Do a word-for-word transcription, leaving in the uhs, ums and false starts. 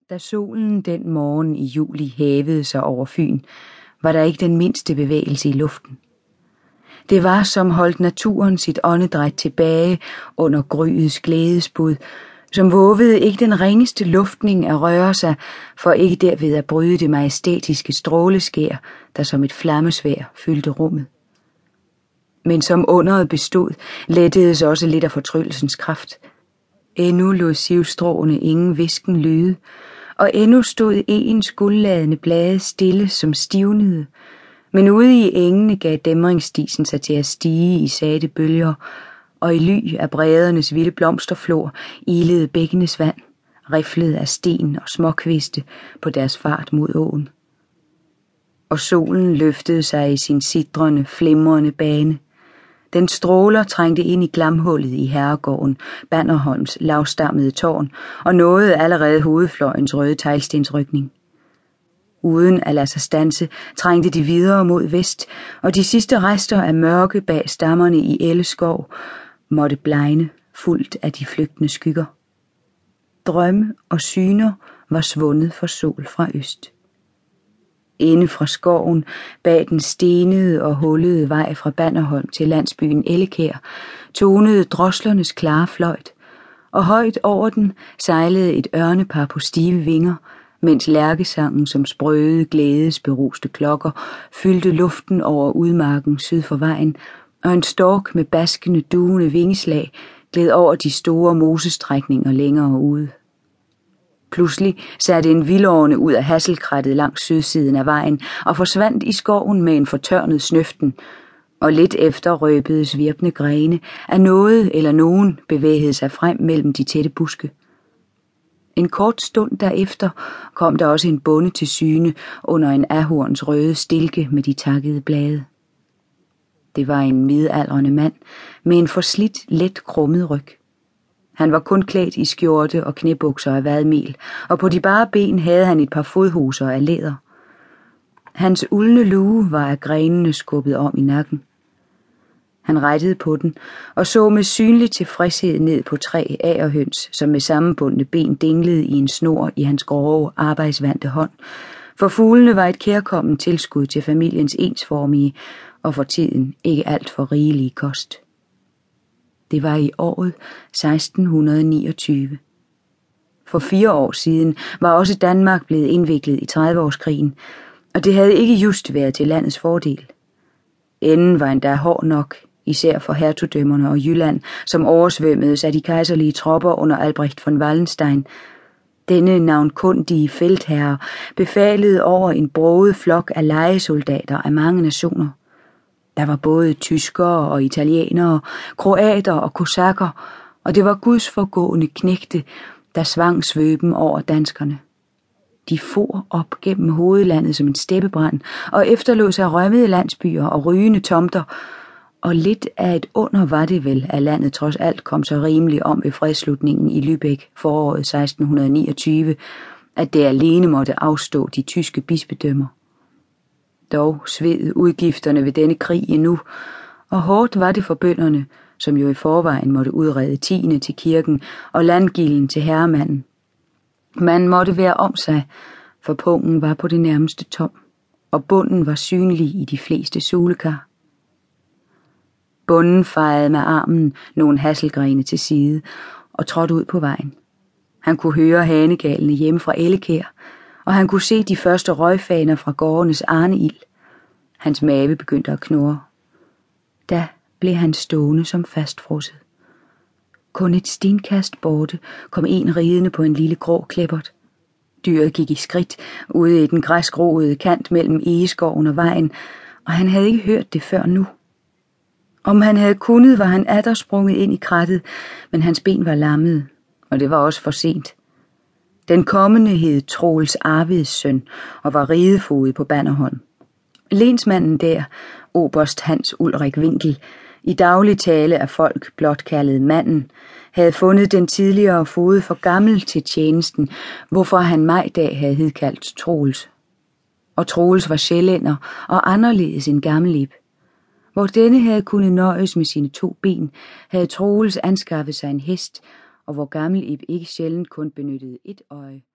Da solen den morgen i juli hævede sig over Fyn, var der ikke den mindste bevægelse i luften. Det var som holdt naturen sit åndedræt tilbage under gryets glædesbud, som vågede ikke den ringeste luftning at røre sig, for ikke derved at bryde det majestætiske stråleskær, der som et flammesværd fyldte rummet. Men som underet bestod, lettedes også lidt af fortryllelsens kraft. Endnu lod sivstråene ingen hvisken lyde, og endnu stod ens guldladende blade stille som stivnede, men ude i engene gav dæmringsdisen sig til at stige i sate bølger, og i ly af brædernes vilde blomsterflor ilede bækkenes vand, riflet af sten og småkviste på deres fart mod åen. Og solen løftede sig i sin sidrende, flimrende bane. Den stråler trængte ind i glamhullet i herregården, Banderholms lavstammede tårn, og nåede allerede hovedfløjens røde teglstensrykning. Uden at lade sig standse, trængte de videre mod vest, og de sidste rester af mørke bag stammerne i Elleskov måtte blegne, fuldt af de flygtende skygger. Drømme og syner var svundet for sol fra øst. Inde fra skoven, bag den stenede og hullede vej fra Banderholm til landsbyen Ellekær, tonede droslernes klare fløjt, og højt over den sejlede et ørnepar på stive vinger, mens lærkesangen som sprøde, glædesberuste klokker fyldte luften over udmarken syd for vejen, og en stork med baskende, duende vingeslag gled over de store mosestrækninger længere ude. Pludselig satte en vildårne ud af hasselkrattet langs sydsiden af vejen og forsvandt i skoven med en fortørnet snøften, og lidt efter røbedes virpende grene, at noget eller nogen bevægede sig frem mellem de tætte buske. En kort stund derefter kom der også en bonde til syne under en ahorns røde stilke med de takkede blade. Det var en midaldrende mand med en forslidt, let krummet ryg. Han var kun klædt i skjorte og knæbukser af vadmel, og på de bare ben havde han et par fodhoser af læder. Hans uldne lue var af grenene skubbet om i nakken. Han rettede på den og så med synlig tilfredshed ned på tre agerhøns, som med sammenbundne ben dinglede i en snor i hans grove, arbejdsvante hånd, for fuglene var et kærkomment tilskud til familiens ensformige og for tiden ikke alt for rigelige kost. Det var i året seksten niogtyve. For fire år siden var også Danmark blevet indviklet i tredive-årskrigen, og det havde ikke just været til landets fordel. Enden var endda hård nok, især for hertugdømmerne og Jylland, som oversvømmedes af de kejserlige tropper under Albrecht von Wallenstein. Denne navnkundige feltherre befalede over en broget flok af lejesoldater af mange nationer. Der var både tyskere og italienere, kroater og kosakker, og det var Guds forgående knægte, der svang svøben over danskerne. De for op gennem hovedlandet som en steppebrand, og efterlod sig rømmede landsbyer og rygende tomter, og lidt af et under var det vel, at landet trods alt kom så rimeligt om ved fredsslutningen i Lübeck foråret seksten niogtyve, at det alene måtte afstå de tyske bispedømmer. Dog sved udgifterne ved denne krig endnu, og hårdt var det for bønderne, som jo i forvejen måtte udrede tiende til kirken og landgilden til herremanden. Man måtte være om sig, for pungen var på det nærmeste tom, og bunden var synlig i de fleste sulekar. Bonden fejede med armen nogle hasselgrene til side og trådte ud på vejen. Han kunne høre hanegalene hjemme fra Ellekær, og han kunne se de første røgfaner fra gårdenes arneild. Hans mave begyndte at knurre. Da blev han stående som fastfrosset. Kun et stenkast borte kom en ridende på en lille grå kleppert. Dyret gik i skridt ude i den græsgroede kant mellem egeskoven og vejen, og han havde ikke hørt det før nu. Om han havde kunnet, var han atter sprunget ind i krattet, men hans ben var lammede, og det var også for sent. Den kommende hed Troels Arvids søn og var ridefodet på Banderholm. Lensmanden der, oberst Hans Ulrik Winkel, i daglig tale af folk blot kaldet manden, havde fundet den tidligere fode for gammel til tjenesten, hvorfor han majdag havde hedkaldt Troels. Og Troels var sjællænder og anderledes end Gammelib. Hvor denne havde kunnet nøjes med sine to ben, havde Troels anskaffet sig en hest, og hvor Gammelib ikke sjældent kun benyttede et øje.